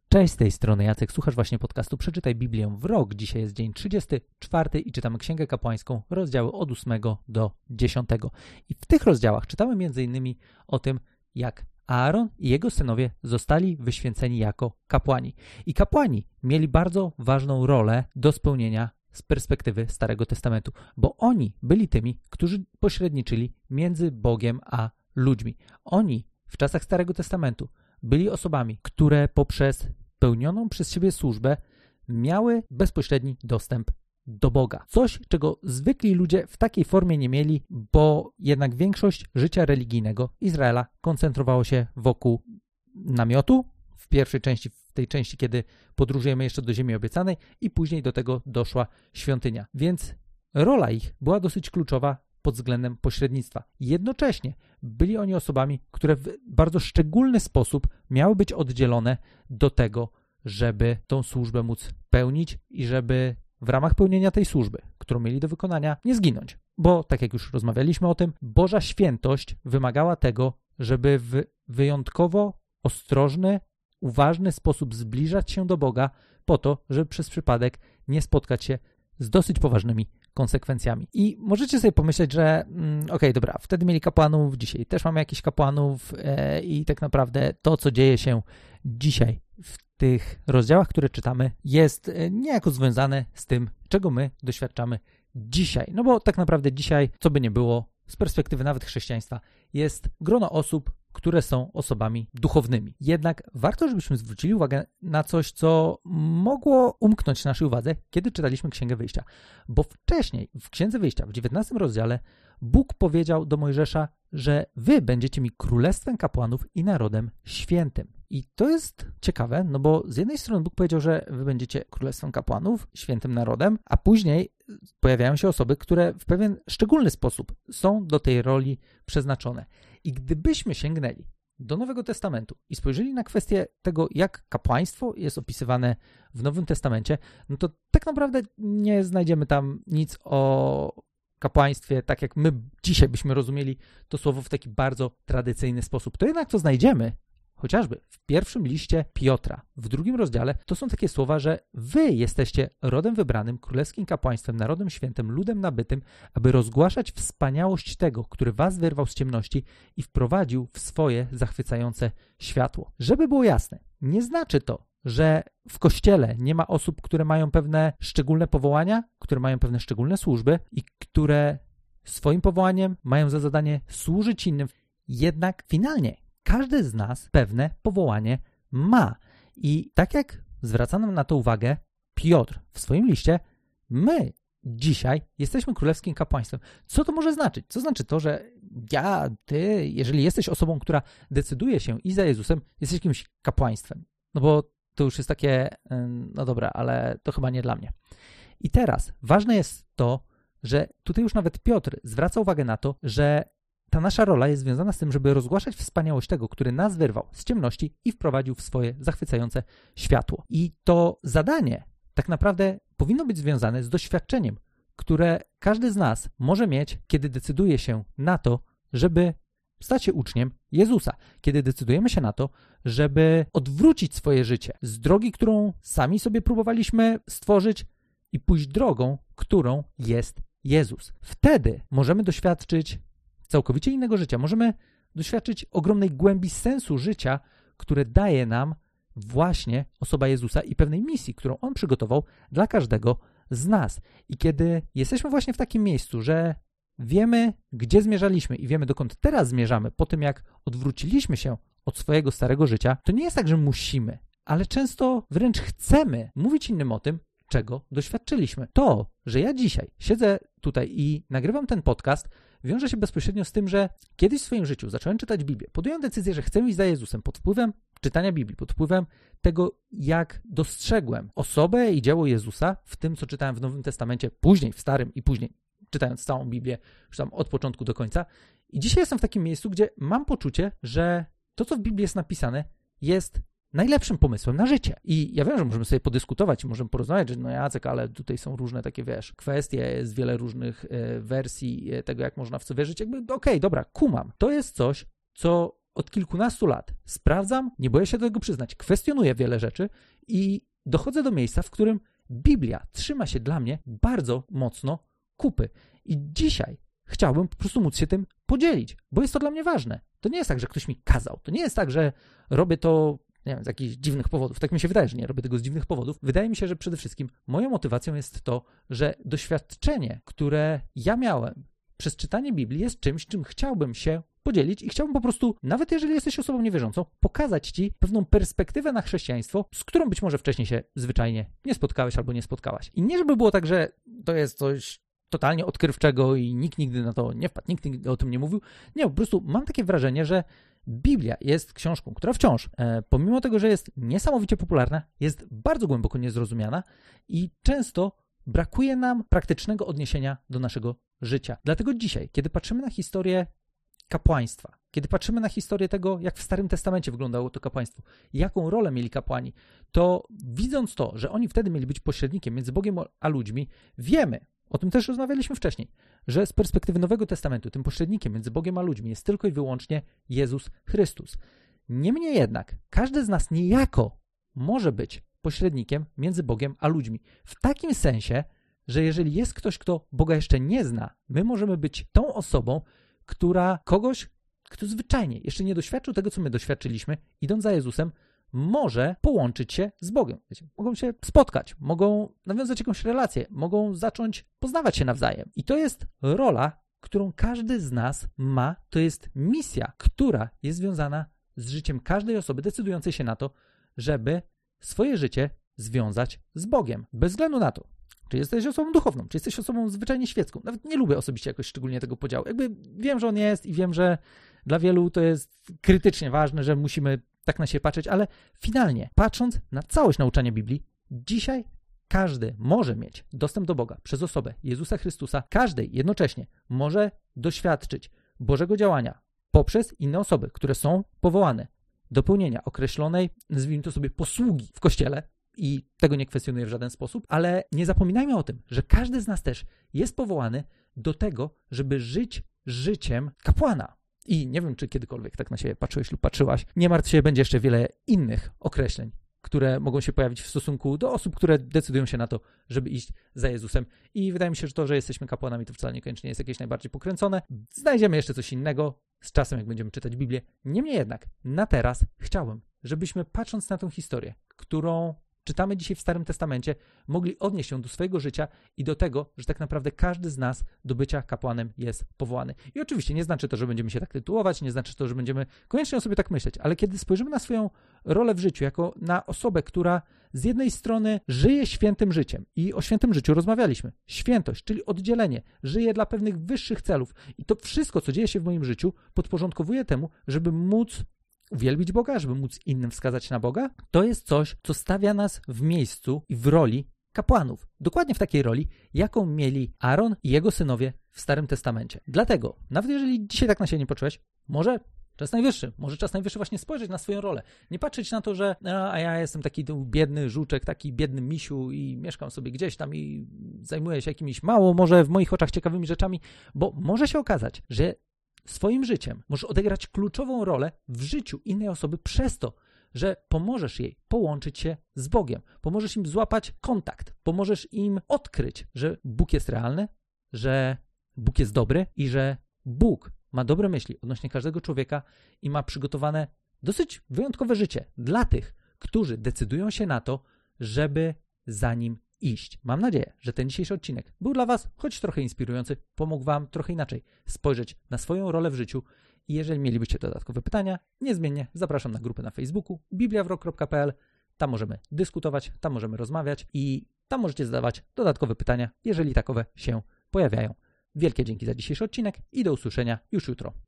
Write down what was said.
Cześć, z tej strony Jacek, słuchasz właśnie podcastu Przeczytaj Biblię w rok. Dzisiaj jest dzień 34 i czytamy Księgę Kapłańską, rozdziały od 8 do 10. I w tych rozdziałach czytamy m.in. o tym, jak Aaron i jego synowie zostali wyświęceni jako kapłani. I kapłani mieli bardzo ważną rolę do spełnienia z perspektywy Starego Testamentu, bo oni byli tymi, którzy pośredniczyli między Bogiem a ludźmi. Oni w czasach Starego Testamentu byli osobami, które poprzez pełnioną przez siebie służbę miały bezpośredni dostęp do Boga. Coś, czego zwykli ludzie w takiej formie nie mieli, bo jednak większość życia religijnego Izraela koncentrowało się wokół namiotu, w pierwszej części, w tej części, kiedy podróżujemy jeszcze do ziemi obiecanej i później do tego doszła świątynia. Więc rola ich była dosyć kluczowa pod względem pośrednictwa. Jednocześnie byli oni osobami, które w bardzo szczególny sposób miały być oddzielone do tego, żeby tą służbę móc pełnić i żeby w ramach pełnienia tej służby, którą mieli do wykonania, nie zginąć. Bo, tak jak już rozmawialiśmy o tym, Boża świętość wymagała tego, żeby w wyjątkowo ostrożny, uważny sposób zbliżać się do Boga po to, żeby przez przypadek nie spotkać się z dosyć poważnymi konsekwencjami. I możecie sobie pomyśleć, że dobra, wtedy mieli kapłanów, dzisiaj też mamy jakichś kapłanów i tak naprawdę to, co dzieje się dzisiaj w tych rozdziałach, które czytamy, jest niejako związane z tym, czego my doświadczamy dzisiaj. No bo tak naprawdę dzisiaj, co by nie było, z perspektywy nawet chrześcijaństwa, jest grono osób, które są osobami duchownymi. Jednak warto, żebyśmy zwrócili uwagę na coś, co mogło umknąć naszej uwadze, kiedy czytaliśmy Księgę Wyjścia. Bo wcześniej, w Księdze Wyjścia, w 19 rozdziale, Bóg powiedział do Mojżesza, że wy będziecie mi królestwem kapłanów i narodem świętym. I to jest ciekawe, no bo z jednej strony Bóg powiedział, że wy będziecie królestwem kapłanów, świętym narodem, a później pojawiają się osoby, które w pewien szczególny sposób są do tej roli przeznaczone. I gdybyśmy sięgnęli do Nowego Testamentu i spojrzeli na kwestię tego, jak kapłaństwo jest opisywane w Nowym Testamencie, no to tak naprawdę nie znajdziemy tam nic o kapłaństwie, tak jak my dzisiaj byśmy rozumieli to słowo w taki bardzo tradycyjny sposób. To jednak co znajdziemy, chociażby w pierwszym liście Piotra, w 2 rozdziale, to są takie słowa, że wy jesteście rodem wybranym, królewskim kapłaństwem, narodem świętym, ludem nabytym, aby rozgłaszać wspaniałość tego, który was wyrwał z ciemności i wprowadził w swoje zachwycające światło. Żeby było jasne, nie znaczy to, że w Kościele nie ma osób, które mają pewne szczególne powołania, które mają pewne szczególne służby i które swoim powołaniem mają za zadanie służyć innym. Jednak finalnie każdy z nas pewne powołanie ma. I tak jak zwraca nam na to uwagę Piotr w swoim liście, my dzisiaj jesteśmy królewskim kapłaństwem. Co to może znaczyć? Co znaczy to, że ty, jeżeli jesteś osobą, która decyduje się iść za Jezusem, jesteś jakimś kapłaństwem? No bo to już jest takie, no dobra, ale to chyba nie dla mnie. I teraz ważne jest to, że tutaj już nawet Piotr zwraca uwagę na to, że ta nasza rola jest związana z tym, żeby rozgłaszać wspaniałość tego, który nas wyrwał z ciemności i wprowadził w swoje zachwycające światło. I to zadanie tak naprawdę powinno być związane z doświadczeniem, które każdy z nas może mieć, kiedy decyduje się na to, żeby stać się uczniem Jezusa. Kiedy decydujemy się na to, żeby odwrócić swoje życie z drogi, którą sami sobie próbowaliśmy stworzyć i pójść drogą, którą jest Jezus. Wtedy możemy doświadczyć całkowicie innego życia. Możemy doświadczyć ogromnej głębi sensu życia, które daje nam właśnie osoba Jezusa i pewnej misji, którą On przygotował dla każdego z nas. I kiedy jesteśmy właśnie w takim miejscu, że wiemy, gdzie zmierzaliśmy i wiemy, dokąd teraz zmierzamy, po tym jak odwróciliśmy się od swojego starego życia, to nie jest tak, że musimy, ale często wręcz chcemy mówić innym o tym, czego doświadczyliśmy. To, że ja dzisiaj siedzę tutaj i nagrywam ten podcast, wiąże się bezpośrednio z tym, że kiedyś w swoim życiu zacząłem czytać Biblię. Podjąłem decyzję, że chcę iść za Jezusem pod wpływem czytania Biblii, pod wpływem tego, jak dostrzegłem osobę i dzieło Jezusa w tym, co czytałem w Nowym Testamencie, później w Starym i później czytając całą Biblię, już tam od początku do końca. I dzisiaj jestem w takim miejscu, gdzie mam poczucie, że to, co w Biblii jest napisane, jest najlepszym pomysłem na życie. I ja wiem, że możemy sobie podyskutować i możemy porozmawiać, że no Jacek, ale tutaj są różne takie, kwestie, jest wiele różnych wersji tego, jak można w co wierzyć. Okej, dobra, kumam. To jest coś, co od kilkunastu lat sprawdzam, nie boję się do tego przyznać, kwestionuję wiele rzeczy i dochodzę do miejsca, w którym Biblia trzyma się dla mnie bardzo mocno kupy. I dzisiaj chciałbym po prostu móc się tym podzielić, bo jest to dla mnie ważne. To nie jest tak, że ktoś mi kazał. To nie jest tak, że robię to, nie wiem, z jakichś dziwnych powodów. Tak mi się wydaje, że nie robię tego z dziwnych powodów. Wydaje mi się, że przede wszystkim moją motywacją jest to, że doświadczenie, które ja miałem przez czytanie Biblii, jest czymś, czym chciałbym się podzielić i chciałbym po prostu, nawet jeżeli jesteś osobą niewierzącą, pokazać ci pewną perspektywę na chrześcijaństwo, z którą być może wcześniej się zwyczajnie nie spotkałeś albo nie spotkałaś. I nie żeby było tak, że to jest coś totalnie odkrywczego i nikt nigdy na to nie wpadł, nikt nigdy o tym nie mówił. Nie, po prostu mam takie wrażenie, że Biblia jest książką, która wciąż, pomimo tego, że jest niesamowicie popularna, jest bardzo głęboko niezrozumiana i często brakuje nam praktycznego odniesienia do naszego życia. Dlatego dzisiaj, kiedy patrzymy na historię kapłaństwa, kiedy patrzymy na historię tego, jak w Starym Testamencie wyglądało to kapłaństwo, jaką rolę mieli kapłani, to widząc to, że oni wtedy mieli być pośrednikiem między Bogiem a ludźmi, wiemy, o tym też rozmawialiśmy wcześniej, że z perspektywy Nowego Testamentu tym pośrednikiem między Bogiem a ludźmi jest tylko i wyłącznie Jezus Chrystus. Niemniej jednak, każdy z nas niejako może być pośrednikiem między Bogiem a ludźmi. W takim sensie, że jeżeli jest ktoś, kto Boga jeszcze nie zna, my możemy być tą osobą, kogoś, kto zwyczajnie jeszcze nie doświadczył tego, co my doświadczyliśmy, idąc za Jezusem, może połączyć się z Bogiem. Wiecie, mogą się spotkać, mogą nawiązać jakąś relację, mogą zacząć poznawać się nawzajem. I to jest rola, którą każdy z nas ma, to jest misja, która jest związana z życiem każdej osoby decydującej się na to, żeby swoje życie związać z Bogiem. Bez względu na to, czy jesteś osobą duchowną, czy jesteś osobą zwyczajnie świecką. Nawet nie lubię osobiście jakoś szczególnie tego podziału. Jakby wiem, że on jest i wiem, że dla wielu to jest krytycznie ważne, że musimy tak na siebie patrzeć, ale finalnie, patrząc na całość nauczania Biblii, dzisiaj każdy może mieć dostęp do Boga przez osobę Jezusa Chrystusa. Każdy jednocześnie może doświadczyć Bożego działania poprzez inne osoby, które są powołane do pełnienia określonej, nazwijmy to sobie, posługi w Kościele. I tego nie kwestionuję w żaden sposób, ale nie zapominajmy o tym, że każdy z nas też jest powołany do tego, żeby żyć życiem kapłana. I nie wiem, czy kiedykolwiek tak na siebie patrzyłeś lub patrzyłaś. Nie martw się, będzie jeszcze wiele innych określeń, które mogą się pojawić w stosunku do osób, które decydują się na to, żeby iść za Jezusem. I wydaje mi się, że to, że jesteśmy kapłanami, to wcale niekoniecznie jest jakieś najbardziej pokręcone. Znajdziemy jeszcze coś innego z czasem, jak będziemy czytać Biblię. Niemniej jednak, na teraz chciałbym, żebyśmy patrząc na tę historię, którą czytamy dzisiaj w Starym Testamencie, mogli odnieść ją do swojego życia i do tego, że tak naprawdę każdy z nas do bycia kapłanem jest powołany. I oczywiście nie znaczy to, że będziemy się tak tytułować, nie znaczy to, że będziemy koniecznie o sobie tak myśleć, ale kiedy spojrzymy na swoją rolę w życiu, jako na osobę, która z jednej strony żyje świętym życiem i o świętym życiu rozmawialiśmy. Świętość, czyli oddzielenie, żyje dla pewnych wyższych celów i to wszystko, co dzieje się w moim życiu, podporządkowuje temu, żeby móc uwielbić Boga, żeby móc innym wskazać na Boga, to jest coś, co stawia nas w miejscu i w roli kapłanów. Dokładnie w takiej roli, jaką mieli Aaron i jego synowie w Starym Testamencie. Dlatego, nawet jeżeli dzisiaj tak na siebie nie poczułeś, może czas najwyższy właśnie spojrzeć na swoją rolę. Nie patrzeć na to, że a ja jestem taki biedny żuczek, taki biedny misiu i mieszkam sobie gdzieś tam i zajmuję się jakimiś mało może w moich oczach ciekawymi rzeczami, bo może się okazać, że swoim życiem możesz odegrać kluczową rolę w życiu innej osoby przez to, że pomożesz jej połączyć się z Bogiem, pomożesz im złapać kontakt, pomożesz im odkryć, że Bóg jest realny, że Bóg jest dobry i że Bóg ma dobre myśli odnośnie każdego człowieka i ma przygotowane dosyć wyjątkowe życie dla tych, którzy decydują się na to, żeby za nim iść. Mam nadzieję, że ten dzisiejszy odcinek był dla Was choć trochę inspirujący, pomógł Wam trochę inaczej spojrzeć na swoją rolę w życiu i jeżeli mielibyście dodatkowe pytania, niezmiennie zapraszam na grupę na Facebooku bibliawrok.pl. Tam możemy dyskutować, tam możemy rozmawiać i tam możecie zadawać dodatkowe pytania, jeżeli takowe się pojawiają. Wielkie dzięki za dzisiejszy odcinek i do usłyszenia już jutro.